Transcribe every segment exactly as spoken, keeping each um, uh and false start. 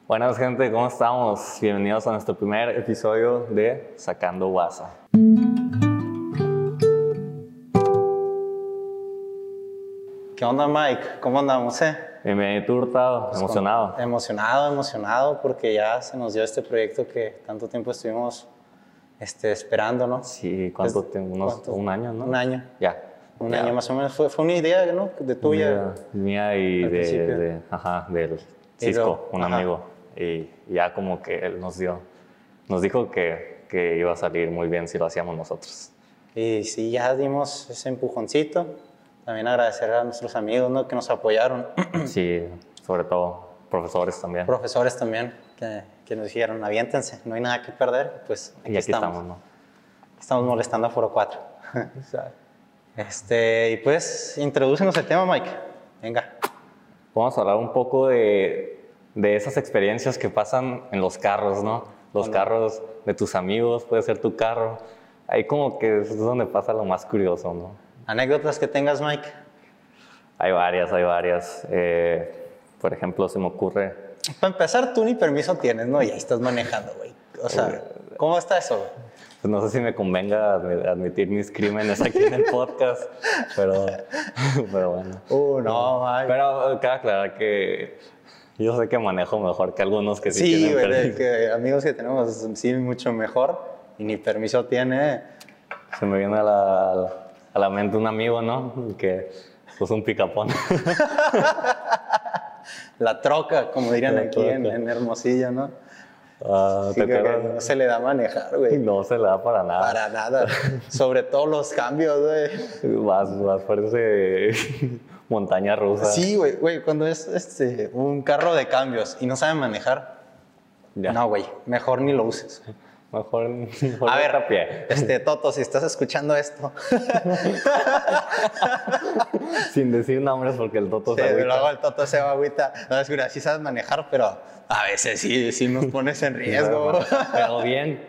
Buenas gente, ¿cómo estamos? Bienvenidos a nuestro primer episodio de Sacando Guasa. ¿Qué onda, Mike? ¿Cómo andamos, eh? Bienvenido, Hurtado. Pues Emocionado. Con, emocionado, emocionado, porque ya se nos dio este proyecto que tanto tiempo estuvimos este, esperando, ¿no? Sí, ¿cuánto Pues, tiempo? Unos, ¿cuánto? Un año, ¿no? Un año. Ya. Un ya. año más o menos. Fue, fue una idea, ¿no? De tuya. Mía, mía y al de, principio. de, ajá, del Y Cisco, luego, un ajá. amigo. Y ya como que él nos dio, nos dijo que, que iba a salir muy bien si lo hacíamos nosotros. Y sí, ya dimos ese empujoncito. También agradecer a nuestros amigos, ¿no? Que nos apoyaron. Sí, sobre todo profesores también. Profesores también, que, que nos dijeron, aviéntense, no hay nada que perder. Pues aquí, y aquí estamos. estamos, ¿no? Estamos molestando a Foro cuatro. Este, y pues, introdúcenos el tema, Mike. Venga. Vamos a hablar un poco de, de esas experiencias que pasan en los carros, ¿no? Los Bueno. carros de tus amigos, puede ser tu carro. Ahí como que es donde pasa lo más curioso, ¿no? ¿Anécdotas que tengas, Mike? Hay varias, hay varias. Eh, por ejemplo, se me ocurre... Para empezar, tú ni permiso tienes, ¿no? Y ahí estás manejando, güey. O sea, ¿cómo está eso, güey? Pues no sé si me convenga admi- admitir mis crímenes aquí en el podcast, pero, pero bueno. Uh, no, Mike. Pero cabe aclarar que yo sé que manejo mejor que algunos que sí, Sí, tienen güey, de permiso. que amigos que tenemos, sí, mucho mejor. Y ni permiso tiene. Se me viene a la, a la mente un amigo, ¿no? Que puso un picapón. La troca, como dirían La aquí en, troca. en Hermosillo, ¿no? Ah, Sí, ¿te que, que acuerdas? no se le da manejar, güey. No se le da para nada. Para nada. Sobre todo los cambios, güey. Vas, vas, parece montaña rusa. Sí, güey, güey, cuando es este, un carro de cambios y no saben manejar, Ya. no, güey, mejor ni lo uses. Mejor, mejor A vete ver, a pie. este, Toto, si estás escuchando esto, Sin decir nombres porque el Toto sí, se agüita. luego el Toto se va agüita. No, es que sí sabes manejar, pero a veces sí, sí nos pones en riesgo. Pero bien.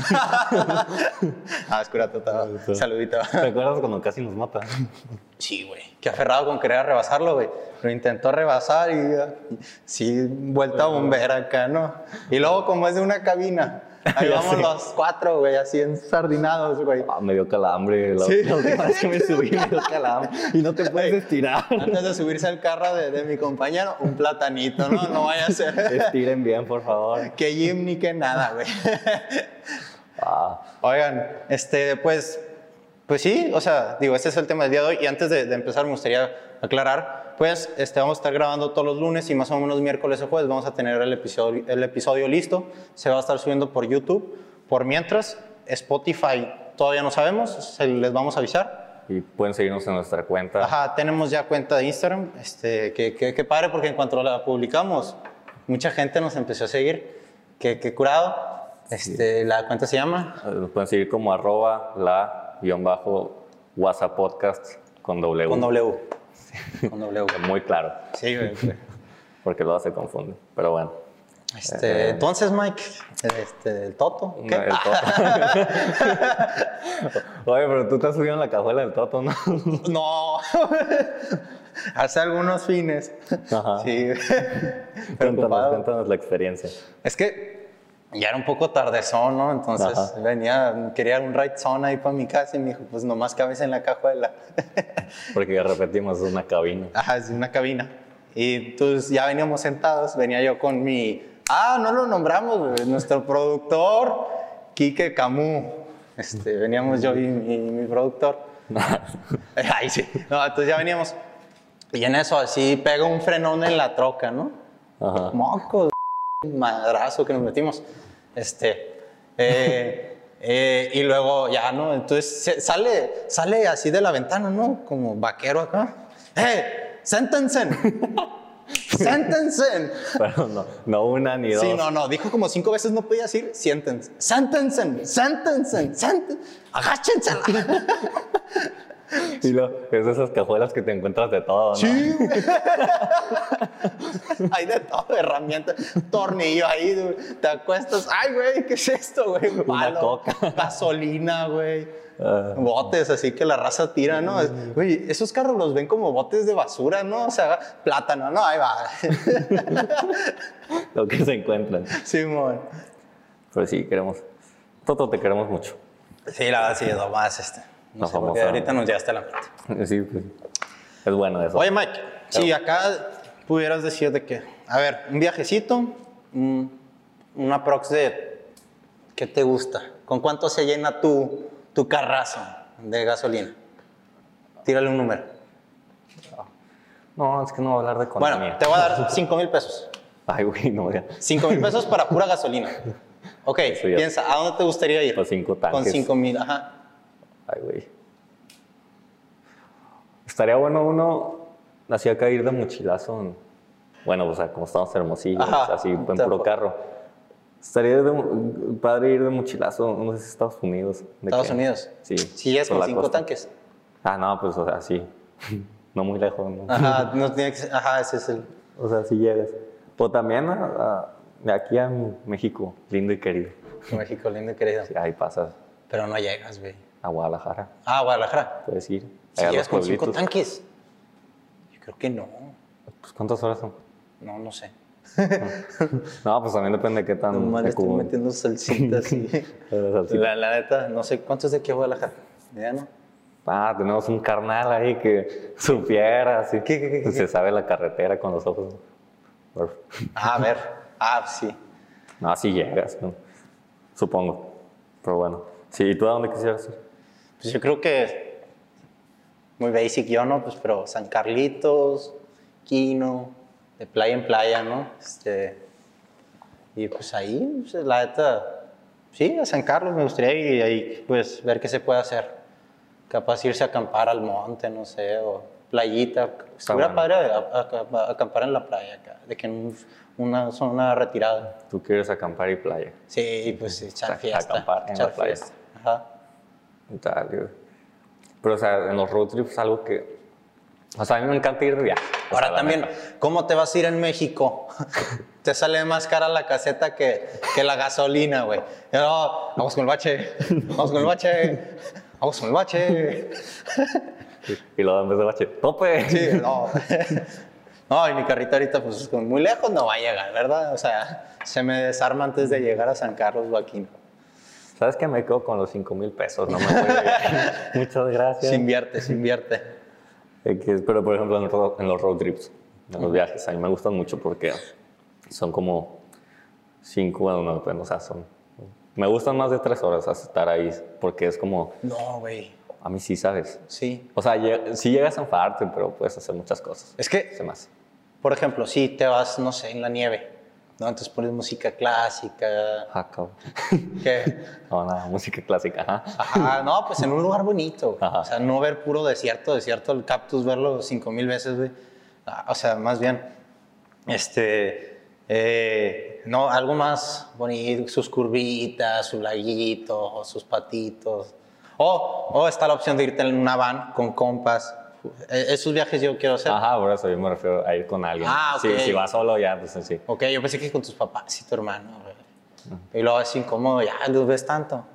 Ah, es cura, Toto. Saludito. ¿Te acuerdas cuando casi nos mata? Sí, güey. Qué aferrado con querer rebasarlo, güey. Lo intentó rebasar y, y sí, vuelta a bombera acá, ¿no? Y luego, como es de una cabina, ahí Ya vamos sé. los cuatro, güey, así ensardinados, güey. Ah, me dio calambre. La, Sí. la última vez que me subí me dio calambre. Y no te puedes estirar. Antes de subirse al carro de, de mi compañero, un platanito, ¿no? No vaya a ser Estiren bien, por favor. que Jim ni que nada, güey. Ah, Oigan, este, pues, pues sí, o sea, digo, este es el tema del día de hoy. Y antes de, de empezar, me gustaría aclarar, pues, este, vamos a estar grabando todos los lunes y más o menos miércoles o jueves vamos a tener el episodio, el episodio listo. Se va a estar subiendo por YouTube. Por mientras, Spotify todavía no sabemos, se les vamos a avisar. y pueden seguirnos en nuestra cuenta. Ajá, tenemos ya cuenta de Instagram, este, que, que, que padre porque en cuanto la publicamos, mucha gente nos empezó a seguir, que, que curado. Este, la cuenta se llama Nos pueden seguir como arroba la guión bajo WhatsApp podcast con W. con W. Con W. Muy claro, Sí, güey. porque luego se confunde. Pero bueno. Este, entonces, Mike, este, el Toto, ¿qué? No, el Toto. Oye, pero tú te has subido en la cajuela del Toto, ¿no? No, hace algunos fines. Ajá. Sí, Cuéntanos, preocupado. cuéntanos la experiencia. Es que ya era un poco tardezón, ¿no? Entonces Ajá. venía, quería un ride zone ahí para mi casa y me dijo, pues nomás cabes en la cajuela. Porque ya repetimos, es una cabina. Ajá, es una cabina. Y entonces ya veníamos sentados, venía yo con mi... Ah, no lo nombramos, güey, nuestro productor, Quique Camus. Este, veníamos yo y mi, mi productor. Ay, sí. No, entonces ya veníamos. Y en eso así pega un frenón en la troca, ¿no? Ajá. Moco, madrazo que nos metimos. Este, eh, eh, y luego ya, ¿no? Entonces se- sale, sale así de la ventana, ¿no? Como vaquero acá. ¡Eh! ¡Siéntense! ¡Siéntense! Pero no, no una ni dos. Sí, no, no. Dijo como cinco veces, no podía decir siéntense. ¡Siéntense! ¡Siéntense! ¡Siéntense! ¡Agáchense! Y luego, es de esas cajuelas que te encuentras de todo, ¿no? Sí, güey. Hay de todo, herramientas, tornillo ahí, güey. Te acuestas, ay, güey, ¿qué es esto, güey? Un Una palo, coca. gasolina, güey. Ah. Botes, así que la raza tira, ¿no? Es- Güey, esos carros los ven como botes de basura, ¿no? O sea, plátano, ¿no? Ahí va. Lo que se encuentran. Simón. Pero sí, queremos. Toto, te queremos mucho. Sí, la verdad, sí, es lo más, este. No La sé, porque famosa- ahorita nos llegaste a la mente. Sí, pues. Es bueno eso. Oye, Mike, si acá pudieras decir de que, a ver, un viajecito, un, una prox de, ¿qué te gusta? ¿Con cuánto se llena tu, tu carrazo de gasolina? Tírale un número. No, es que no voy a hablar de economía. Bueno, te voy a dar cinco mil pesos. Ay, güey, no, ya. cinco mil pesos para pura gasolina. Ok, Eso ya. piensa, ¿a dónde te gustaría ir? Con cinco tanques. Con cinco mil, ajá. Ay, güey. Estaría bueno uno, así acá ir de mochilazo. en- Bueno, o sea, como estamos hermosillos, Ajá. así en Te puro acuerdo. carro. Estaría de- padre ir de mochilazo, no sé si Estados Unidos. de Estados que- Unidos. Sí. Si llegas por con la cinco costa. tanques. Ah, no, pues, o sea, sí. No muy lejos, ¿no? Ajá, no tiene que ser, ajá, ese es el... O sea, si llegas. O también a- a- de aquí a México, lindo y querido. México lindo y querido. Sí, ahí pasas Pero no llegas, güey. a Guadalajara, Ah, Guadalajara. puedes ir. Si Allá a llegas los con cinco pueblitos. tanques. Yo creo que no. Pues, ¿cuántas horas son? No, no sé. No, pues también depende de qué tan... Nomás le estoy ecu- metiendo salsita así. salsita. la, la neta, no sé cuánto es de aquí a Guadalajara. Ya no. Ah, tenemos un carnal ahí que supiera, así. ¿Qué, qué, qué, qué? Se sabe la carretera con los ojos. Ah, a ver. Ah, sí. No, así llegas, ¿no? Supongo. Pero bueno. Sí, ¿y tú a dónde quisieras ir? Pues yo creo que muy basic yo, ¿no? Pues, pero San Carlitos, Quino, de playa en playa, ¿no? Este, y pues ahí, pues, la neta, sí, a San Carlos me gustaría ir y ahí, pues, ver qué se puede hacer. Capaz irse a acampar al monte, no sé, o playita. Estuviera bueno. padre a- a- a- acampar en la playa acá, de que en un- una zona retirada. Tú quieres acampar y playa. Sí, pues echar Ac- fiesta. acampar en echar la playa. fiesta. Ajá. Y tal, yo- Pero, o sea, en los road trips algo que... O sea, a mí me encanta ir de viaje. o Ahora sea, la también, neta. ¿cómo te vas a ir en México? Te sale más cara la caseta que, que la gasolina, güey. Y no, vamos con el bache, vamos con el bache, vamos con el bache. Y luego en vez de bache, ¡tope! Sí, no. No, y mi carrito ahorita, pues con muy lejos no va a llegar, ¿verdad? O sea, se me desarma antes de llegar a San Carlos o aquí. ¿Sabes qué? Me quedo con los cinco mil pesos, no me voy de viaje. Muchas gracias. Se invierte, se invierte. Eh, que- Pero, por ejemplo, en, ro- en los road trips, en los viajes, a mí me gustan mucho porque son como cinco, bueno, no, pues, o sea, son... Me gustan más de tres horas estar ahí porque es como... No, güey. A mí sí, ¿sabes? Sí. O sea, lle- sí llegas a enfadarte, pero puedes hacer muchas cosas. Es que, Se me hace. por ejemplo, si te vas, no sé, en la nieve, ¿no? Entonces pones música clásica. Ah, cabrón. ¿Qué? No, nada, música clásica, ajá. Ajá, no, pues en un lugar bonito, güey. Ajá. O sea, no ver puro desierto, desierto, el cactus, verlo cinco mil veces, güey. Ah, o sea, más bien, este, eh, no, algo más bonito, sus curvitas, su laguito, sus patitos. O, o está la opción de irte en una van con compas. Eh, Esos viajes yo quiero hacer. Ajá, por eso yo me refiero a ir con alguien. Ah, ok. Si, si vas solo, ya, pues sí. Ok, yo pensé que con tus papás y tu hermano, güey. Y luego es incómodo, ya los ves tanto.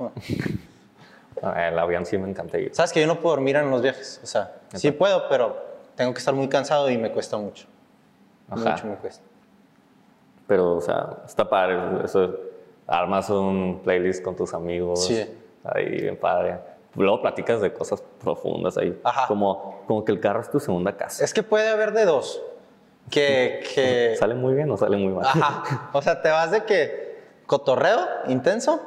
El avión sí me encanta ir. Sabes que yo no puedo dormir en los viajes. O sea, sí puedo, pero tengo que estar muy cansado y me cuesta mucho. Ajá. Mucho me cuesta. Pero, o sea, está padre. Eso, armas un playlist con tus amigos. Sí. Ahí, bien padre. Luego platicas de cosas profundas ahí. Ajá. Como, como que el carro es tu segunda casa. Es que puede haber de dos. Que, que... ¿Sale muy bien o sale muy mal? Ajá. O sea, te vas de que cotorreo intenso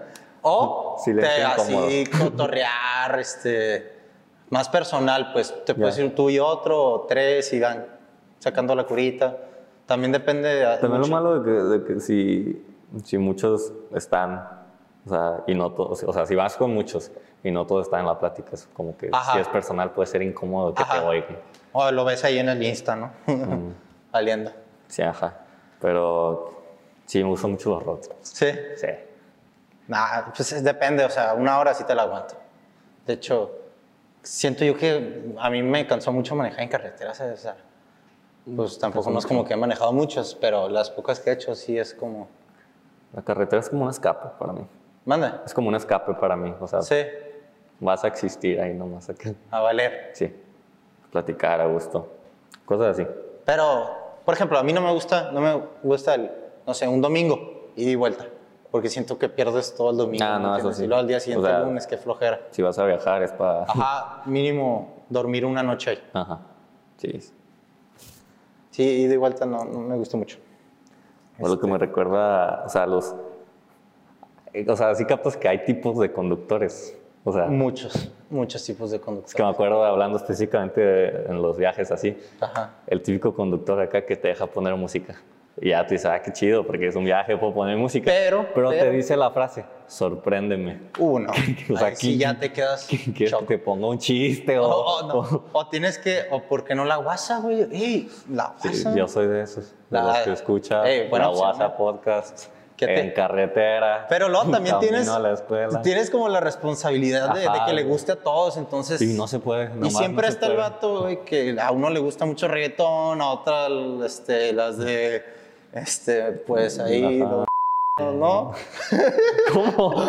o Silencio te incómodo. así cotorrear, este, más personal, pues te puedes Ya. ir tú y otro, o tres y van sacando la curita. También depende de También lo mucho. malo de que, de que si, si muchos están, o sea, y no todos, o sea, si vas con muchos y no todos están en la plática, es como que Ajá. si es personal puede ser incómodo que Ajá. te oigan. O lo ves ahí en el Insta, ¿no? Valiendo. Sí, ajá. Pero sí, me gustan mucho los road trips. Sí. Sí. Nah, pues es- depende, o sea, una hora sí te la aguanto. De hecho, siento yo que a mí me cansó mucho manejar en carretera, ¿sabes? O sea, pues tampoco no es como que he manejado muchos, pero las pocas que he hecho sí es como... La carretera es como un escape para mí. Manda. Es como un escape para mí, o sea, Sí. vas a existir ahí nomás. A, que, a valer. Sí, platicar a gusto, cosas así. Pero, por ejemplo, a mí no me gusta, no me gusta, el, no sé, un domingo, ida y vuelta, porque siento que pierdes todo el domingo. Ah, no, eso sí. Y luego al día siguiente, O sea, el lunes, qué flojera. Si vas a viajar es para... Ajá, mínimo dormir una noche ahí. Ajá, sí. Sí, ida y vuelta no, no me gusta mucho. O lo que me recuerda, o sea, los... O sea, sí captas que hay tipos de conductores. O sea, Muchos, muchos tipos de es conductores. que me acuerdo hablando específicamente de- en los viajes así. Ajá. El típico conductor acá que te deja poner música. Y ya tú dices, ah, qué chido, porque es un viaje, puedo poner música. Pero, pero, pero- te dice la frase, sorpréndeme. Uno. O sea, Ahí sí ¿quién- ya te quedas ¿Quieres que choco. te ponga un chiste o...? O, o no. o- O tienes que, o por qué no la WhatsApp, güey. Ey, la Sí, WhatsApp. yo soy de esos, de La- los que escucha Ey, buena la opción, WhatsApp ¿eh? podcast, ¿Qué te- en carretera, Pero luego también camino tienes, a la escuela. tienes como la responsabilidad de, de Ajá, que le güey. guste a todos, entonces... Y no se puede, Y nomás siempre no se está el puede. vato, güey, que a uno le gusta mucho reggaetón, a otra, este, las de, este, pues ahí, Ajá. los, ¿no? ¿Cómo?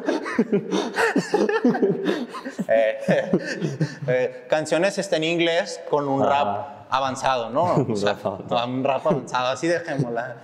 Eh, eh, canciones este, en inglés con un Ajá. rap avanzado, ¿no? O sea, rap avanzado. un rap avanzado, así dejémosla.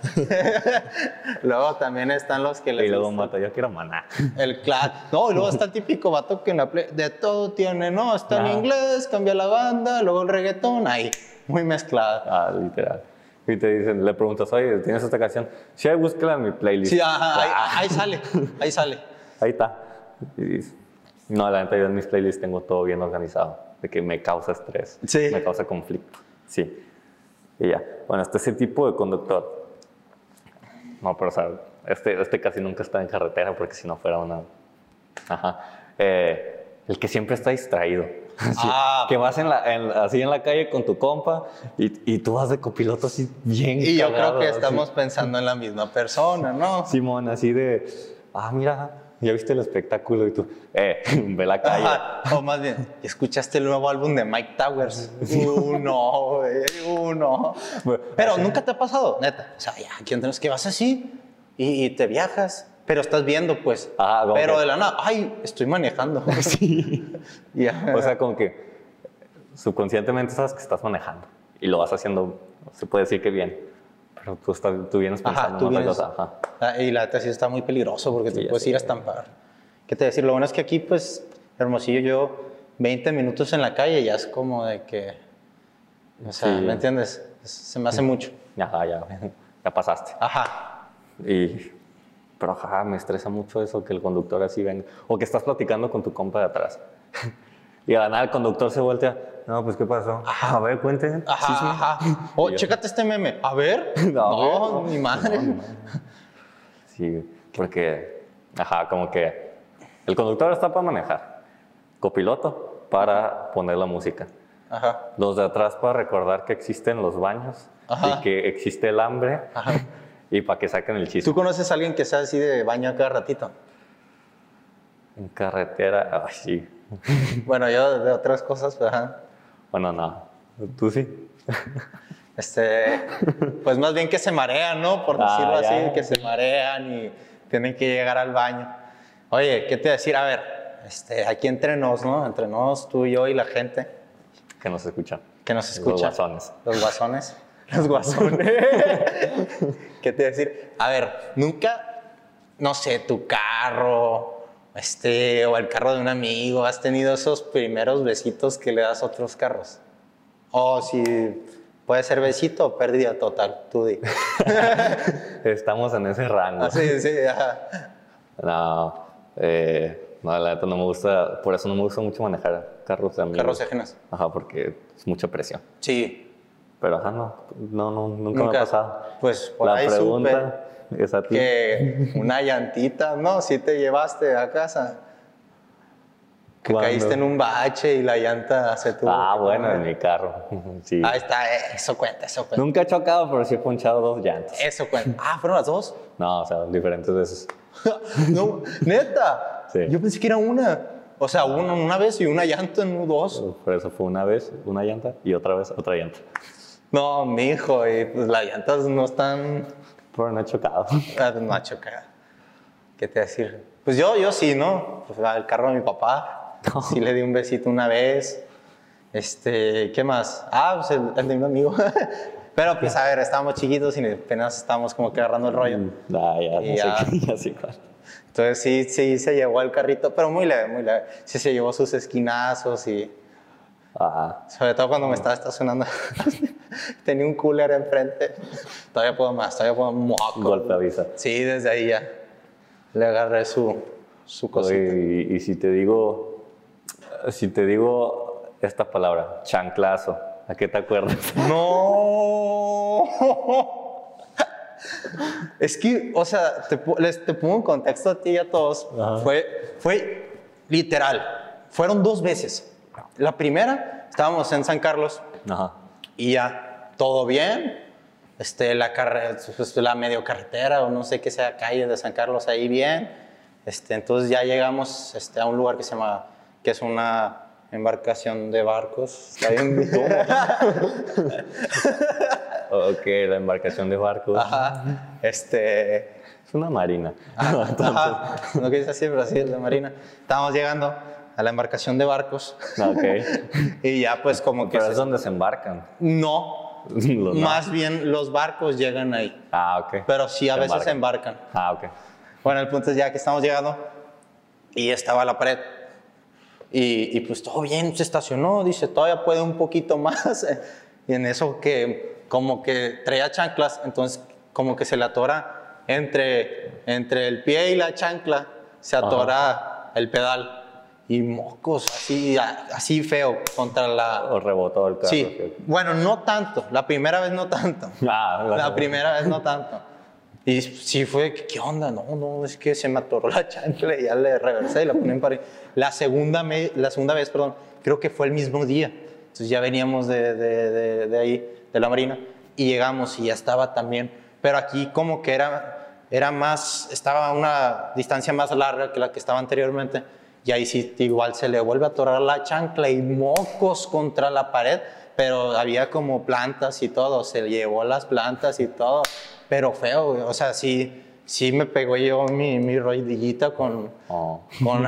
Luego también están los que les Y luego gusta mata, yo quiero maná. el clan. No, y luego está el típico vato que en la play de todo tiene, ¿no? Está en Ajá. inglés, cambia la banda, luego el reggaetón, ahí, muy mezclada. Ah, literal. Y te dicen, le preguntas, oye, ¿tienes esta canción? Sí, ahí búscala en mi playlist. Sí, ajá, ahí, Ah, ahí sale, ahí sale. ahí está. Y dices, no, la neta, yo en mis playlists tengo todo bien organizado, de que me causa estrés, Sí. me causa conflicto. Sí. Y ya. Bueno, este es el tipo de conductor. No, pero o sea, este, este casi nunca está en carretera porque si no fuera una... Ajá. Eh, el que siempre está distraído. Así, Ah. que vas en la, en- así en la calle con tu compa y, y tú vas de copiloto así bien Y yo cagado, creo que así. estamos pensando en la misma persona, ¿no? Simón, así de, ah, mira, ya viste el espectáculo y tú, eh, ve la calle. Ajá. O más bien, ¿escuchaste el nuevo álbum de Mike Towers? Uno, güey, uno. Pero nunca te ha pasado, neta. O sea, ya, aquí tenemos que vas así y, y te viajas, pero estás viendo, pues. Ajá, como pero que- de la nada, ay, estoy manejando. Sí. Ya. O sea, como que subconscientemente sabes que estás manejando y lo vas haciendo, se puede decir que bien, pero tú, estás, tú vienes Ajá, pensando tú en otra vienes. cosa. Ajá. Ah, Y la neta sí está muy peligroso porque Sí, te ya puedes sé. ir a estampar. ¿Qué te voy a decir? Lo bueno es que aquí, pues, Hermosillo, yo veinte minutos en la calle ya es como de que, o sea, Sí. ¿me entiendes? Se me hace mucho. Ajá, ya, ya pasaste. Ajá. Y, pero ajá, me estresa mucho eso que el conductor así venga. O que estás platicando con tu compa de atrás. Y a la nada el conductor se voltea. No, pues, ¿qué pasó? Ajá. A ver, cuente. Ajá, chisme". ajá. O Y yo, chécate este meme. A ver. No, No, a ver, mi madre. no, mi madre. Sí, porque, ajá, como que el conductor está para manejar, copiloto para poner la música, Ajá. los de atrás para recordar que existen los baños Ajá. y que existe el hambre Ajá. y para que saquen el chiste. ¿Tú conoces a alguien que sea así de baño a cada ratito? En carretera, ay, sí. Bueno, yo de otras cosas, pues, ajá. Bueno, no, tú sí. Este, pues más bien que se marean, ¿no? Por Ah, decirlo ya. así, que se marean y tienen que llegar al baño. Oye, ¿qué te voy a decir? A ver, este, aquí entre nos, ¿no? Entre nos, tú y yo y la gente Que nos escuchan. que nos Los escucha. guasones. Los guasones. Los guasones. ¿Qué te voy a decir? A ver, nunca, no sé, tu carro, este, o el carro de un amigo, has tenido esos primeros besitos que le das a otros carros. O si puede ser besito o pérdida total, tú di. Estamos en ese rango. Ah, sí, sí, ajá. No, eh, no, la neta no me gusta, por eso no me gusta mucho manejar carros de amigos. Carros ajenos. Ajá, porque es mucha presión. Sí. Pero ajá, no, no, no nunca, me Nunca. ha pasado. Pues por La ahí pregunta es a ti. que una llantita, ¿no? Si te llevaste a casa. Que ¿Cuándo? caíste en un bache y la llanta se tuvo. Ah, que bueno, en poner. mi carro. Sí. Ahí está, eh, eso cuenta, eso cuenta. Nunca he chocado, pero sí he ponchado dos llantas. Eso cuenta. Ah, ¿fueron las dos? No, o sea, diferentes veces. No, neta. Sí. Yo pensé que era una. O sea, uno una vez y una llanta, no dos. Por eso fue una vez una llanta y otra vez otra llanta. No, mijo, y pues las llantas no están... Pero no he chocado. Ah, no ha chocado. ¿Qué te voy a decir? Pues yo, yo sí, ¿no? Pues el carro de mi papá. No. Sí le di un besito una vez. Este, ¿qué más? Ah, pues el, el de un amigo. Pero pues a ver, estábamos chiquitos y apenas estábamos como que agarrando el rollo. Ah, ya, Y ya, ya. sé, ya sé cuál. Entonces sí, sí se llevó el carrito, pero muy leve, muy leve. Sí se llevó sus esquinazos y... Ah, Sobre todo cuando me estaba estacionando. Tenía un cooler enfrente. Todavía puedo más, todavía puedo moco. golpe avisa. Sí, desde ahí ya le agarré su, su cosita. Oye, y, y si te digo, si te digo esta palabra, chanclazo, ¿a qué te acuerdas? ¡No! Es que, o sea, te, les, te pongo en contexto a ti y a todos. Fue, fue literal. Fueron dos veces. La primera, estábamos en San Carlos. Ajá. Y ya, todo bien. Este, la, carre, pues, la medio carretera o no sé qué sea, calle de San Carlos, ahí bien. Este, entonces ya llegamos este, a un lugar que se llama, que es una embarcación de barcos. Está bien. Ok, la embarcación de barcos. Ajá. Este... Es una marina. Ajá, ajá. No quise decir, pero sí, es la marina. Estábamos llegando a la embarcación de barcos. Ok. Y ya pues como que... Pero se... es donde se embarcan. No, Los- no. más bien los barcos llegan ahí. Ah, ok. Pero sí a Se veces se embarcan. Ah, ok. Bueno, el punto es ya que estamos llegando y estaba la pared. Y, y pues todo bien, se estacionó, dice, todavía puede un poquito más. Y en eso que como que traía chanclas, entonces como que se le atora entre, entre el pie y la chancla, se atora Ajá. el pedal. Y mocos, así, así feo contra la... O rebotó el carro. Sí, que... bueno, no tanto, la primera vez no tanto. Ah, bueno. La primera vez no tanto. Y sí fue, ¿qué onda? No, no, es que se me atoró la chancla y ya le reversé y la ponen para... La segunda, me, la segunda vez, perdón, creo que fue el mismo día. Entonces ya veníamos de, de, de, de ahí, de la marina, y llegamos y ya estaba también. Pero aquí como que era, era más, estaba a una distancia más larga que la que estaba anteriormente. Y ahí sí igual se le vuelve a atorar la chancla y mocos contra la pared. Pero había como plantas y todo, se llevó las plantas y todo. Pero feo, güey. O sea, sí, sí me pegó yo mi, mi rodillita con... Oh. con,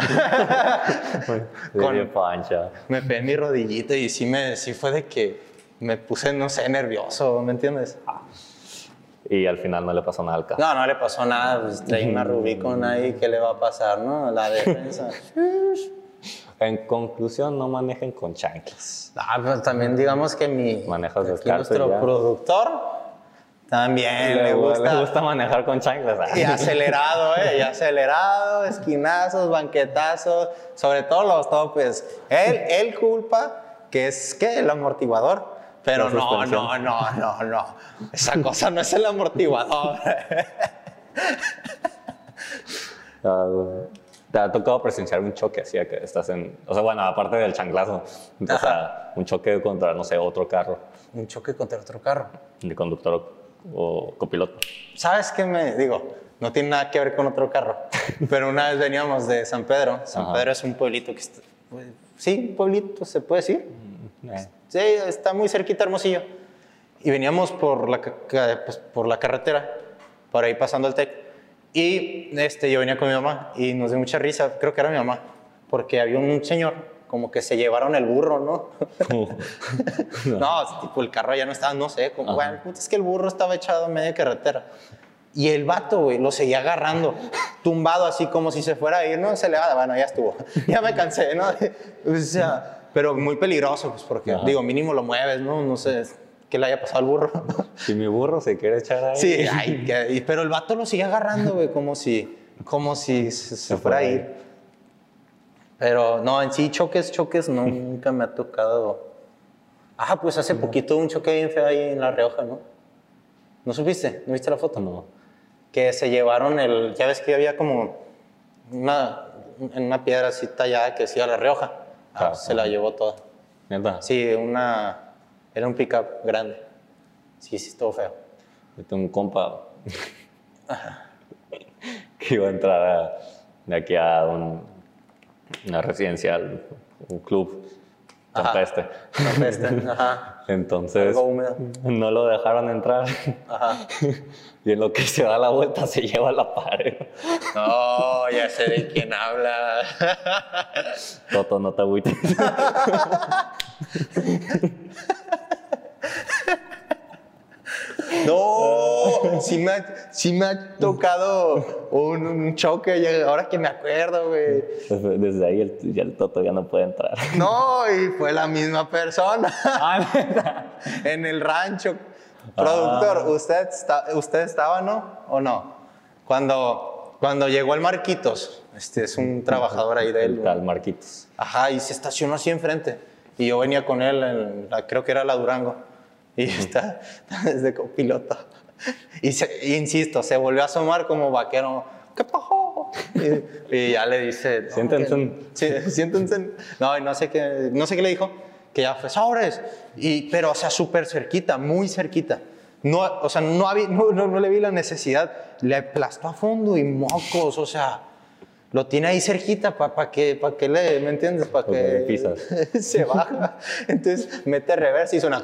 con pancha. Me pegué mi rodillita y sí, me, sí fue de que me puse, no sé, nervioso, ¿me entiendes? Ah. Y al final no le pasó nada al carro. No, no le pasó nada. Pues trae una Rubicon ahí, ¿qué le va a pasar, no? La defensa. En conclusión, no manejen con chanclas. Ah, pero también digamos que mi... Manejas aquí descalzo nuestro ya. productor también le, le, gusta. le gusta manejar con chanclas. Y acelerado, ¿eh? Y acelerado, esquinazos, banquetazos, sobre todo los topes. Él, él culpa que es, ¿qué? El amortiguador. Pero no, no, no, no, no. Esa cosa no es el amortiguador. Uh, ¿Te ha tocado presenciar un choque así que estás en... O sea, bueno, aparte del chanclazo, o sea, un choque contra, no sé, otro carro? Un choque contra otro carro. De conductor o copiloto. ¿Sabes qué me digo? No tiene nada que ver con otro carro. Pero una vez veníamos de San Pedro. San Ajá. Pedro es un pueblito que está... Sí, un pueblito, ¿se puede decir? Eh. Sí, está muy cerquita Hermosillo. Y veníamos por la, pues, por la carretera, por ahí pasando el T E C. Y este, yo venía con mi mamá y nos dio mucha risa, creo que era mi mamá, porque había un señor, como que se llevaron el burro, ¿no? no, no tipo el carro ya no estaba, no sé, como, bueno, es que el burro estaba echado en media carretera. Y el vato, güey, lo seguía agarrando, tumbado así como si se fuera a ir, no se le va, bueno, ya estuvo, ya me cansé, ¿no? O sea... Pero muy peligroso, pues, porque, Ajá. digo, mínimo lo mueves, ¿no? No sé qué le haya pasado al burro. Si mi burro se quiere echar ahí. Sí, ay, que, pero el vato lo sigue agarrando, güey, como si, como si se, se fuera a ir. Pero, no, en sí, choques, choques, no, nunca me ha tocado. Ah, pues hace poquito un choque bien feo ahí en La Rioja, ¿no? ¿No supiste? ¿No viste la foto? No. Que se llevaron el... Ya ves que había como una, una piedra así tallada que decía La Rioja. Ah, ah, se la llevó toda. ¿Neta? Sí, una... Era un pickup grande. Sí, sí, estuvo feo. Yo tengo un compa que iba a entrar a, de aquí a un, una residencial, un club, campestre. Campestre, ajá. Entonces, Algo húmedo. no lo dejaron entrar. Ajá. Y en lo que se da la vuelta se lleva la pared. No, ya sé de quién habla. Toto, no te agüites. No, sí me, ha, sí me ha tocado un, un choque, ya- ahora que me acuerdo, güey. Desde ahí el, ya el Toto ya no puede entrar. No, y fue la misma persona. En el rancho. Productor, Ah. ¿usted, está, ¿usted estaba, no? ¿O no? Cuando, cuando llegó el Marquitos, este es un trabajador ahí de él. El tal Marquitos. Ajá, y se estacionó así enfrente. Y yo venía con él, en la- creo que era la Durango. Y está desde copiloto. Y, se, y insisto, se volvió a asomar como vaquero. ¿Qué pasó? Y, y ya le dice... no, Siéntense. que- Sí, siéntense. No, y no sé qué, no sé qué le dijo. Que ya fue sobres. Y, pero, o sea, súper cerquita, muy cerquita. No, o sea, no, había, no, no, no le vi la necesidad. Le aplastó a fondo y mocos, o sea... Lo tiene ahí cerquita para pa que, pa que le, ¿me entiendes? Para Porque que pisas. se baja. Entonces mete reversa y suena.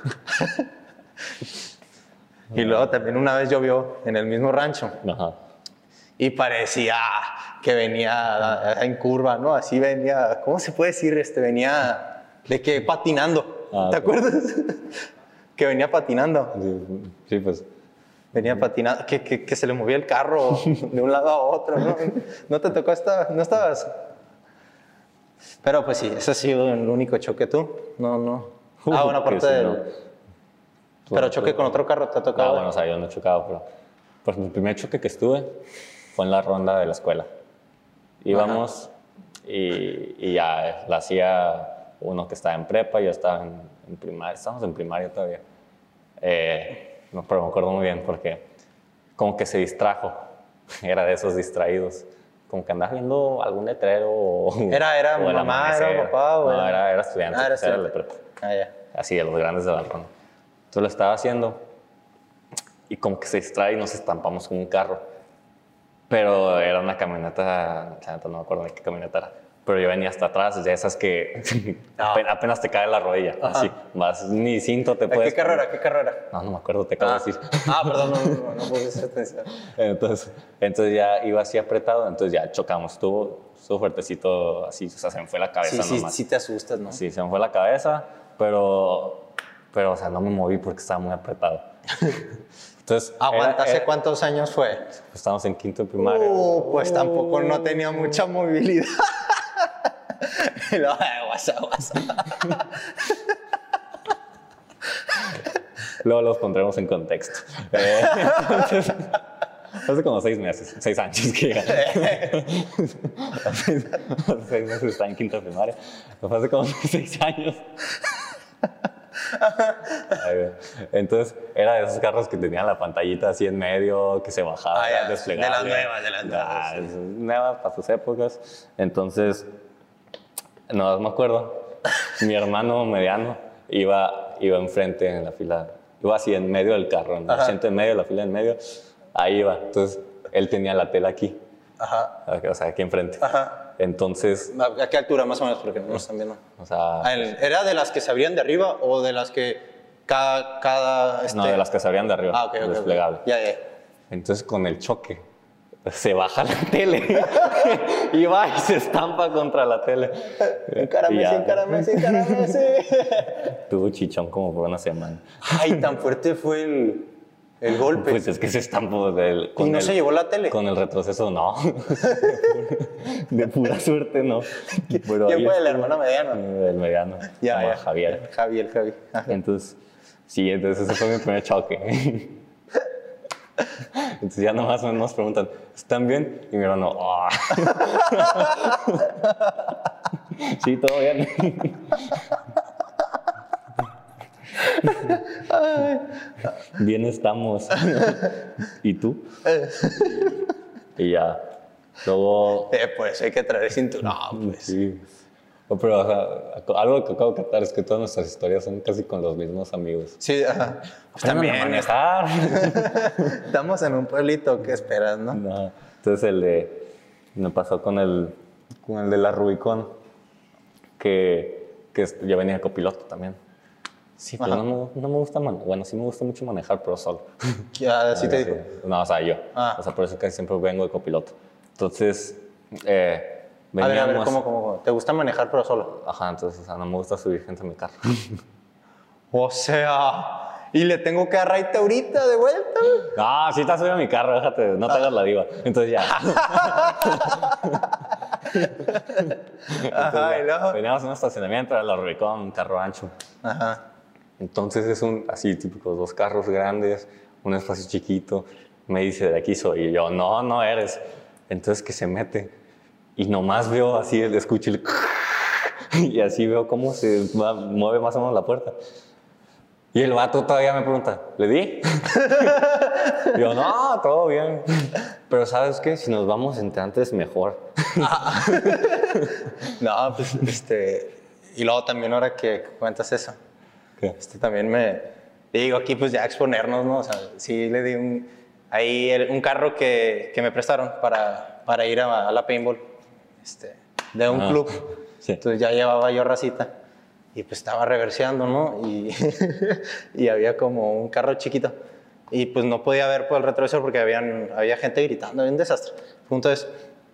Y luego también una vez llovió en el mismo rancho Ajá. y parecía que venía en curva, ¿no? Así venía, ¿cómo se puede decir? Este, venía de que patinando. Ah, ¿Te ok. acuerdas? Que venía patinando. Sí, sí, pues. Venía patinando, que, que, que se le movía el carro de un lado a otro, ¿no? ¿No te tocó esta? ¿No estabas? Pero pues sí, ese ha sido el único choque tú. No, no. Ah, bueno, aparte Que sí, del... no. Pero choque con otro carro te ha Ah, tocado. bueno, o sea, yo no he chocado, pero... Pues mi primer choque que estuve fue en la ronda de la escuela. Íbamos y, y ya la hacía uno que estaba en prepa, yo estaba en, en primaria, estábamos en primaria todavía. Eh, no, pero me acuerdo muy bien porque como que se distrajo, era de esos distraídos. Como que andaba viendo algún letrero o... Era, era o el mamá, amanecer. era papá, o No, era- era, era estudiante, Ah, era era de estudiante. prepa. Ah, ya. Así, de los grandes de la ronda. Entonces lo estaba haciendo y como que se distrae y nos estampamos con un carro. Pero era una camioneta, la neta no me acuerdo de qué camioneta era. Pero yo venía hasta atrás, de esas que Ah. apen- apenas te cae la rodilla. Ajá. Así, vas, ni cinto te ¿A puedes... ¿Qué carrera? ¿Qué carrera? No, no me acuerdo, te acabo Ah, de decir. ah, perdón, no, no, no, no puse atención. Entonces, entonces ya iba así apretado, entonces ya chocamos. Estuvo, estuvo fuertecito así, o sea, se me fue la cabeza Sí, sí, nomás. sí te asustas, ¿no? Sí, se me fue la cabeza, pero, pero, o sea, no me moví porque estaba muy apretado. Entonces, Aguanta, era- ¿hace era- cuántos años fue? Estábamos en quinto de primaria. Uh, pues tampoco no tenía mucha movilidad. Y luego, "Ay, guasa, guasa". Luego los pondremos en contexto. Eh, entonces, hace como seis meses, seis años que ya. hace, hace seis meses estaba en quinto de primaria. Fue hace como seis años. Ay, güey. Entonces, era de esos carros que tenían la pantallita así en medio, que se bajaba, Ah, ya, desplegable. de las nuevas, de las nuevas, Ah, sí. es nueva para sus épocas. Entonces, no me acuerdo, mi hermano mediano iba, iba enfrente en la fila, iba así en medio del carro, en el Ajá. asiento en medio, la fila en medio, ahí iba. Entonces, él tenía la tela aquí, Ajá, o sea, aquí enfrente. ajá. Entonces, ¿A qué altura más o menos? Porque no nos están viendo. o sea, Ah, el- ¿Era de las que se abrían de arriba o de las que cada... cada este... no, de las que se abrían de arriba, Ah, ok, ok, ok. desplegable. Ya, ya. Entonces, con el choque, se baja la tele y va y se estampa contra la tele. Encárame, Y ya, sí, encárame, sí, encárame, sí. tuvo chichón como por una semana. Ay, tan fuerte fue el, el golpe. Pues es que se estampó del, ¿Y no el, se llevó la tele? Con el retroceso, no. De pura suerte, no. Pero ¿Quién ahí fue el estuvo. hermano mediano? El mediano. Ya, se llama ya. Javier. Javier, Javi. Ajá. Entonces, sí, entonces ese fue mi primer choque. Entonces ya nomás nos preguntan, ¿están bien? Y mi hermano, "Ah". Sí, todo bien. Bien estamos. ¿Y tú? Y ya. Luego... Eh, pues hay que traer cinturón, pues. Sí. Oh, pero o sea, algo que acabo de captar es que todas nuestras historias son casi con los mismos amigos. Sí, ajá. Pues Aprendan a también. manejar. Estamos en un pueblito, ¿qué esperas, no? No. Entonces el de... Me pasó con el... con el de la Rubicon, que, que ya venía copiloto también. Sí, pero no me, no me gusta manejar. Bueno, sí me gusta mucho manejar, pero solo. Ya, sí te dijo. No, o sea, yo. Ah. O sea, por eso casi siempre vengo de copiloto. Entonces, eh, A ver, a ver, veníamos- ¿cómo, cómo, cómo? ¿Te gusta manejar pero solo? Ajá, entonces, o sea, no me gusta subir gente a mi carro. O sea, y le tengo que dar raite ahorita de vuelta. No, sí te has subido a mi carro, déjate, no te hagas la diva. Entonces ya. Ajá, y luego. Veníamos en un estacionamiento, era la Rubicon, un carro ancho. Ajá. Entonces es un, así típico, dos carros grandes, un espacio chiquito. Me dice, de aquí soy. Y yo, no, no eres. Entonces que se mete. Y nomás veo así, el escucho el... Y así veo cómo se va- mueve más o menos la puerta. Y el vato todavía me pregunta, ¿le di? Y yo, no, todo bien. Pero ¿sabes qué? Si nos vamos entre antes, mejor. No, pues, este... Y luego también ahora que cuentas eso, ¿Qué? este también me... Digo, aquí pues ya exponernos, ¿no? O sea, sí le di un... Ahí el- un carro que, que me prestaron para, para ir a, a la paintball, este, de un Ah, club. sí. Entonces ya llevaba yo racita y pues estaba reverseando, ¿no? Y, y había como un carro chiquito y pues no podía ver por el retrovisor porque habían, había gente gritando, había un desastre. Entonces,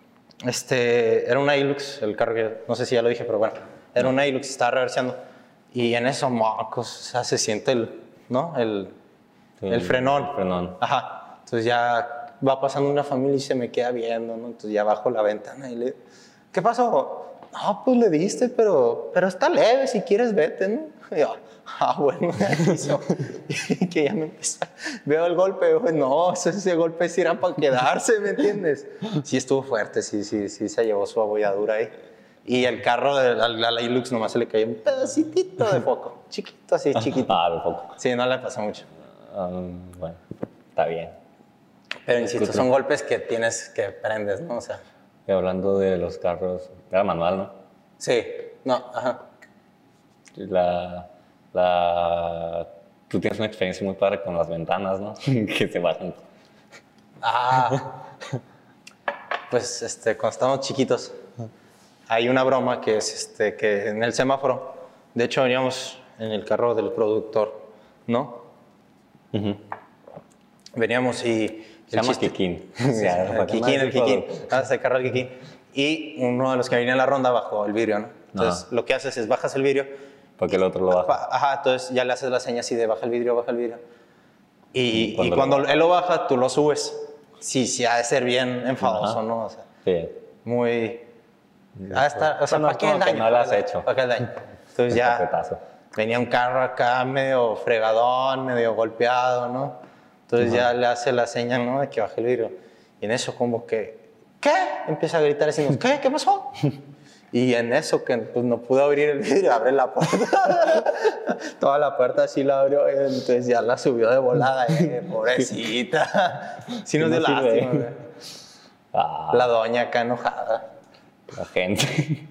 este, era una Hilux, el carro que, no sé si ya lo dije, pero bueno, era una Hilux, estaba reverseando y en eso, mocos, o sea, se siente el, ¿no? El, Sí, el frenón. el frenón. Ajá. Entonces ya va pasando una familia y se me queda viendo, ¿no? Entonces ya bajo la ventana y le... ¿Qué pasó? No, pues le diste, pero, pero está leve, si quieres vete, ¿no? Y yo, ah, bueno, ya quiso. Y que ya me empieza... Veo el golpe, y digo, no, ese, ese golpe sí era para quedarse, ¿me entiendes? Sí estuvo fuerte, sí, sí, sí se llevó su abolladura ahí. Y el carro de la, la, la Hilux nomás se le cayó un pedacitito de foco. Chiquito, así, chiquito. Ah, de poco. Sí, no le pasa mucho. Um, bueno, está bien. Pero insisto, son golpes que tienes que prendes, ¿no? O sea, Y hablando de los carros, era manual, ¿no? sí, no, ajá. La, la, tú tienes una experiencia muy padre con las ventanas, ¿no? Que se bajan. Ah, pues este, cuando estábamos chiquitos, hay una broma que es este, que en el semáforo, de hecho veníamos en el carro del productor, ¿no? Uh-huh. Veníamos y... Se llama Kikín. Sí, el Kikín, el Kikín. Ah, ese carro el Kikín. Y uno de los que venía en la ronda bajó el vidrio, ¿no? Entonces, Ajá. lo que haces es bajas el vidrio. Porque el otro lo baja. Pa- Ajá, entonces ya le haces la seña así de baja el vidrio, baja el vidrio. Y, Cuando y lo cuando baja. él lo baja, tú lo subes. Sí, sí, ha de ser bien enfadoso, Ajá. ¿no? O sea, Sí. muy... Ah, está, o sea, Bueno, ¿para qué el como que daño? no lo has ¿Para qué- hecho. ¿Para qué el daño? Entonces El ya cafetazo. venía un carro acá medio fregadón, medio golpeado, ¿no? Entonces ya le hace la seña, ¿no? De que baje el vidrio. Y en eso como que, ¿qué? Empieza a gritar así, ¿qué? ¿Qué pasó? Y en eso que pues, no pudo abrir el vidrio, abre la puerta. Toda la puerta así la abrió, y entonces ya la subió de volada, eh, pobrecita. Sí nos no dio sirve. lástima, güey. Ah, La doña acá enojada. la gente.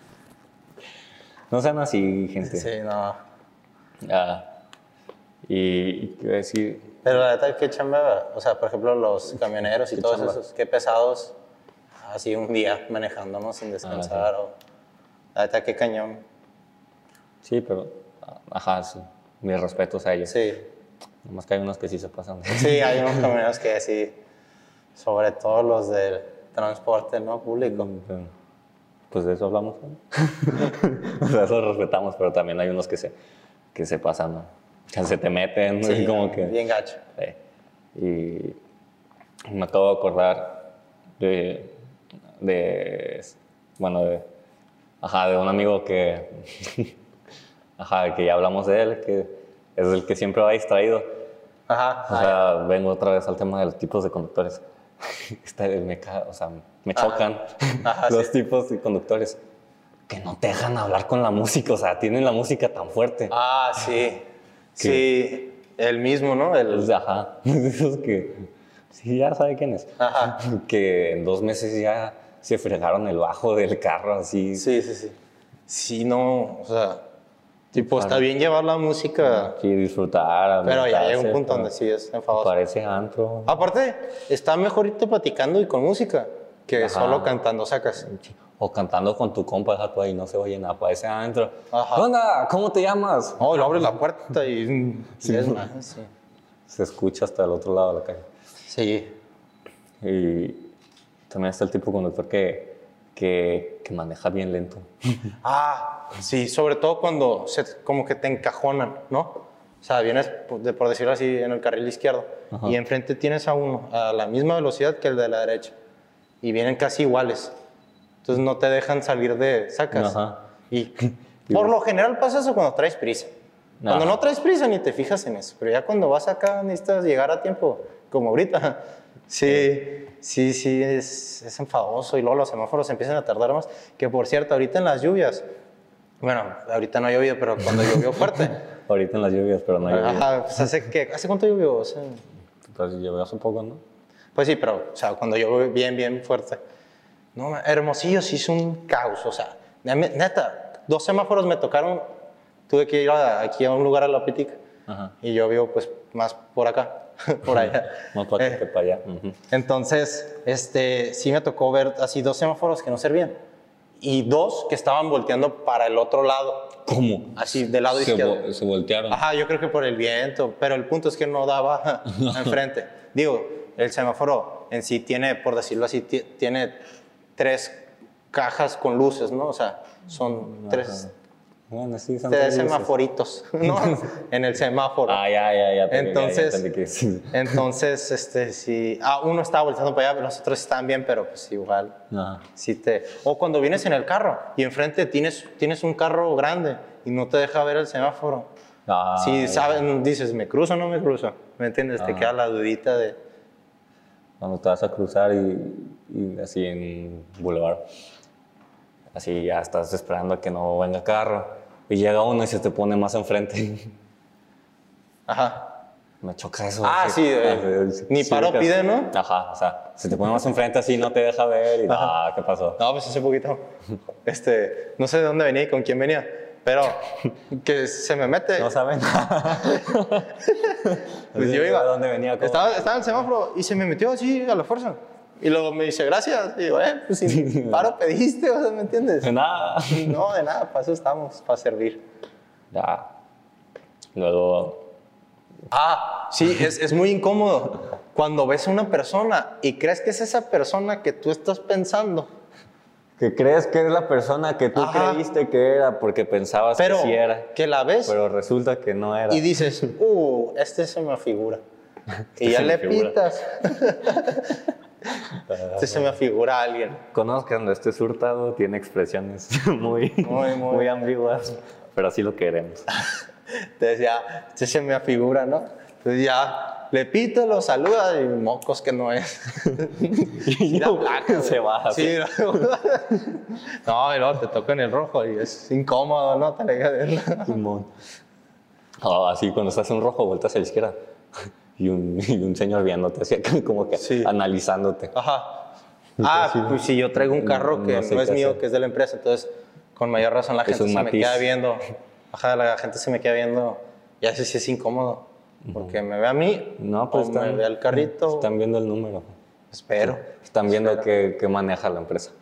No sean así, gente. Sí, no. Ah, y qué iba a decir, Pero la neta, qué chamba, o sea, por ejemplo, los camioneros y Qué todos chamba. esos, qué pesados, así un día manejando, ¿no? Sin descansar. o, la neta, qué cañón. sí, pero, ajá, sí, mis respetos a ellos. Sí, Nomás que hay unos que sí se pasan. sí, hay unos camioneros que sí, sobre todo los del transporte, ¿no? Público. Pues de eso hablamos, ¿no? O sea, eso respetamos, pero también hay unos que se, que se pasan, ¿no? Que se te meten, ¿no? Sí, Y como que... bien gacho. Sí. Y me acabo de acordar de, de bueno, de, ajá, de un amigo que, ajá, que ya hablamos de él, que es el que siempre va distraído. Ajá. O sea, vengo otra vez al tema de los tipos de conductores. Está- me, ca- o sea, me chocan Ajá, los sí. tipos de conductores que no te dejan hablar con la música, o sea, tienen la música tan fuerte. Ah, sí. Sí, el mismo, ¿no? El, Es de, ajá, esos que, sí, ya sabe quién es. Ajá. Que en dos meses ya se fregaron el bajo del carro, así. Sí, sí, sí. Sí, no, o sea, tipo, está bien llevar la música, Sí, disfrutar. pero ya llega un ambientarse, punto pero donde sí es enfadoso. Parece antro. Aparte, está mejor irte platicando y con música que Ajá. solo cantando sacas. O cantando con tu compa, deja tú ahí, no se oye nada, parece adentro. Ajá. ¿Qué onda? ¿Cómo te llamas? Oh, lo abres la puerta y... Sí. es más, sí. Se escucha hasta el otro lado de la calle. Sí. Y también está el tipo conductor que, que, que maneja bien lento. Ah, sí, sobre todo cuando se, como que te encajonan, ¿no? O sea, vienes, por, de- por decirlo así, en el carril izquierdo. Ajá. Y enfrente tienes a uno a la misma velocidad que el de la derecha. Y vienen casi iguales. Entonces no te dejan salir de sacas. Ajá. Y por lo general pasa eso cuando traes prisa. Cuando Ajá. no traes prisa ni te fijas en eso. Pero ya cuando vas acá necesitas llegar a tiempo, como ahorita. Sí, sí, sí, es, es enfadoso. Y luego los semáforos empiezan a tardar más. Que por cierto, ahorita en las lluvias, bueno, ahorita no ha llovido, pero cuando llovió fuerte. Ahorita en las lluvias, pero no hay lluvia. Ajá, pues hace, ¿qué? ¿Hace cuánto llovió? O sea, Pues llovió hace poco, ¿no? pues sí, pero o sea, cuando llovió bien, bien fuerte. No, ma- Hermosillo sí es un caos. O sea, ne- neta, dos semáforos me tocaron. Tuve que ir a- aquí a un lugar a la Pitic. Ajá. Y yo vivo pues más por acá, por allá. Más para acá Eh, que para allá. Ujú. Entonces, este, sí me tocó ver así dos semáforos que no servían. Y dos que estaban volteando para el otro lado. ¿Cómo? Así, del lado Se, izquierdo. vo- se voltearon. Ajá, yo creo que por el viento, pero el punto es que no daba enfrente. Digo, el semáforo en sí tiene, por decirlo así, ti- tiene tres cajas con luces, ¿no? O sea, son tres, Bueno, sí, son tres tres luces. semaforitos, ¿no? En el semáforo. Ah, ya, ya, ya. te- Entonces, ya, ya entendí que sí. entonces, este, sí. Ah, uno estaba volteando para allá, pero los otros están bien, pero pues igual. Ajá. Sí te... O cuando vienes en el carro y enfrente tienes, tienes un carro grande y no te deja ver el semáforo. Ah, Si ya. saben, dices, ¿me cruzo o no me cruzo? ¿Me entiendes? Te Ah. queda la dudita de... Cuando te vas a cruzar y, y así en Boulevard, así ya estás esperando a que no venga carro y llega uno y se te pone más enfrente. Ajá. Me choca eso. Ah, sí, eh, Ah, ni paro ubicas. pide, ¿no? Ajá, o sea, se te pone más enfrente así, no te deja ver y ah, ¿qué pasó? No, pues hace poquito. Este, no sé de dónde venía y con quién venía, pero que se me mete. No saben. Pues Sí, yo iba. ¿de dónde venía? ¿Cómo? Estaba, estaba en el semáforo y se me metió así a la fuerza. Y luego me dice, gracias. Y digo, eh, pues si paro pediste, o sea, ¿me entiendes? De nada. No, de nada, para eso estamos, para servir. Ya. Luego, Ah, sí, es, es muy incómodo cuando ves a una persona y crees que es esa persona que tú estás pensando, que crees que es la persona que tú Ajá. creíste que era porque pensabas pero que sí era, que la ves pero resulta que no era. y dices, uh, este se me figura. Y Este ya se le me figura. pitas. Este se me figura a alguien. Conozcan, este Hurtado tiene expresiones muy, Muy, muy. muy ambiguas, pero así lo queremos. Entonces ya, este se me figura, ¿no? Entonces ya le pito, lo saluda y mocos que no es. Y da placa, güey. se baja. Sí, no. No, y luego te toca en el rojo y es incómodo, ¿no? Te deja verla. Simón. Oh, así cuando estás en rojo, vueltas a la izquierda y un, y un señor viéndote, así como que Sí. analizándote. Ajá. Ah, pues si yo traigo un carro No- que no no, sé es qué mío, hacer. que es de la empresa, entonces con mayor razón la Es gente un se me matiz. queda viendo. Ajá, la gente se me queda viendo y así sí es incómodo. Porque me ve a mí No, pues o me están, ve al carrito. están viendo el número. Espero. Están viendo que, que maneja la empresa.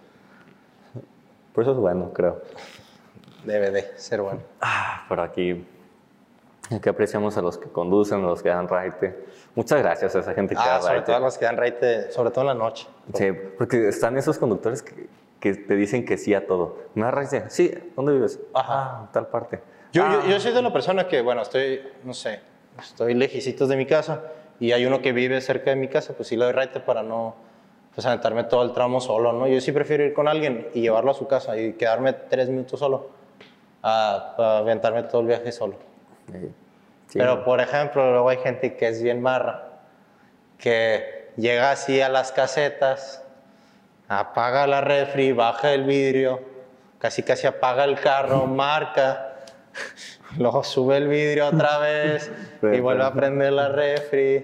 Por eso es bueno, creo. Debe de ser bueno. Ah, por aquí, aquí apreciamos a los que conducen, a los que dan raite. Muchas gracias a esa gente que Ah, da sobre raite. todo a los que dan raite, sobre todo en la noche. Sí, porque están esos conductores que, que te dicen que sí a todo. ¿Me da raite? Sí, ¿dónde vives? Ajá. Ah, en tal parte. Yo, Ah, yo, yo soy de la persona que, bueno, estoy, no sé, estoy lejicitos de mi casa y hay uno que vive cerca de mi casa, pues sí le doy raite para no, pues aventarme todo el tramo solo, ¿no? Yo sí prefiero ir con alguien y llevarlo a su casa y quedarme tres minutos solo a, a aventarme todo el viaje solo. sí. Sí, Pero, por ejemplo, luego hay gente que es bien marra, que llega así a las casetas, apaga la refri, baja el vidrio, casi casi apaga el carro, marca, luego sube el vidrio otra vez y vuelve a prender la refri.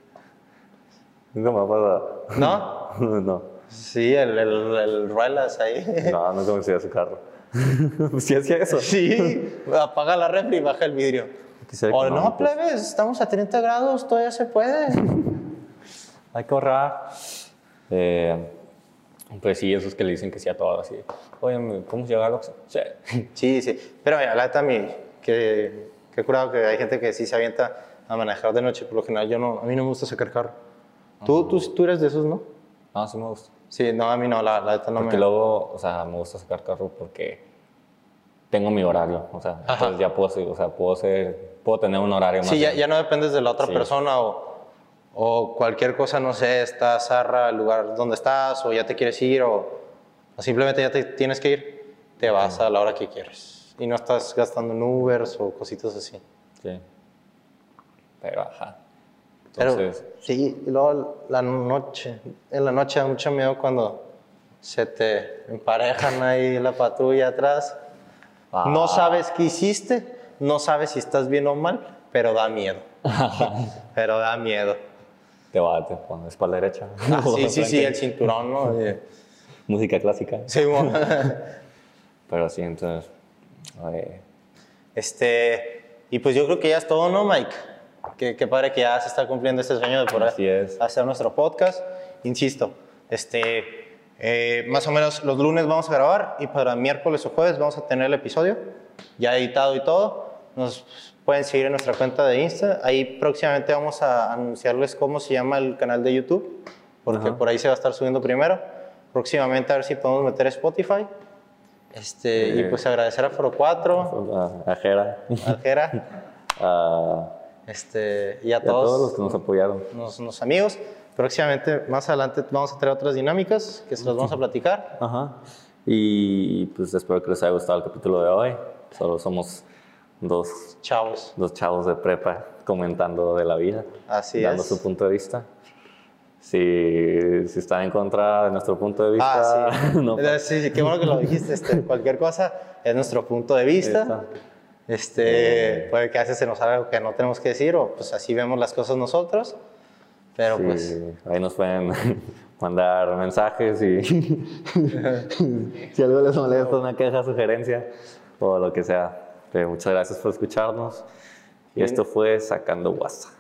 Nunca me ha pasado. ¿No? no. Sí, el, el, el Ruelas ahí. No, no conocía su carro. Sí hacía eso. Sí, apaga la refri y baja el vidrio. Quisiera O que no, pues, plebes, estamos a treinta grados, todavía se puede. Hay que ahorrar. Eh, Pues sí, esos que le dicen que sí a todo, así. Oye, ¿cómo se llega al Oxxo? Sí. Sí, sí. Pero mira, la neta, a mí, que, que curado que hay gente que sí se avienta a manejar de noche. Por lo general, yo no, a mí no me gusta sacar carro. Tú, tú, tú eres de esos, ¿no? No, sí me gusta. Sí, no, a mí no, la, la neta no Porque me... luego, o sea, me gusta sacar carro porque tengo mi horario. O sea, Ajá. entonces ya puedo, ser- o sea, puedo, ser, puedo tener un horario más. Sí, ya, bien. ya no dependes de la otra Sí. persona o, o cualquier cosa, no sé, estás zarra al lugar donde estás o ya te quieres ir o, o simplemente ya te tienes que ir, te vas a la hora que quieres y no estás gastando en Ubers o cositas así. Sí. Pero, ajá. Pero Entonces, sí, y luego la noche, en la noche da mucho miedo cuando se te emparejan ahí la patrulla atrás. ah, No sabes qué hiciste, no sabes si estás bien o mal, pero da miedo. Pero da miedo. te va, te pones para la derecha. Ah, sí, sí, sí, el cinturón, ¿no? De- Música clásica. Sí, bueno. Pero sí, entonces, eh, Este, y pues yo creo que ya es todo, ¿no, Mike? Qué, qué padre que ya se está cumpliendo este sueño de poder Así es. hacer nuestro podcast. Insisto, este, eh, más o menos los lunes vamos a grabar y para miércoles o jueves vamos a tener el episodio ya editado y todo. Nos pueden seguir en nuestra cuenta de Insta. Ahí próximamente vamos a anunciarles cómo se llama el canal de YouTube, porque Ajá. por ahí se va a estar subiendo primero. Próximamente a ver si podemos meter Spotify. Este, y Eh. pues agradecer a Foro cuatro, a, a Jera, a Jera, a, este, y a y a todos, todos los que nos apoyaron. los, los amigos. Próximamente, más adelante, vamos a traer otras dinámicas que se las vamos a platicar. Ajá. Y pues espero que les haya gustado el capítulo de hoy. Solo somos dos, Chavos. dos chavos de prepa comentando de la vida, Así dando es. su punto de vista. Si, si están en contra de nuestro punto de vista, Ah, sí. no pasa sí, sí, qué bueno que lo dijiste. Este, cualquier cosa es nuestro punto de vista. nada. Este, puede que a veces se nos salga algo que no tenemos que decir o pues así vemos las cosas nosotros. Pero Sí, pues, ahí nos pueden mandar mensajes y si algo les molesta, una queja, sugerencia o lo que sea. Pero muchas gracias por escucharnos. Y Bien. esto fue Sacando WhatsApp.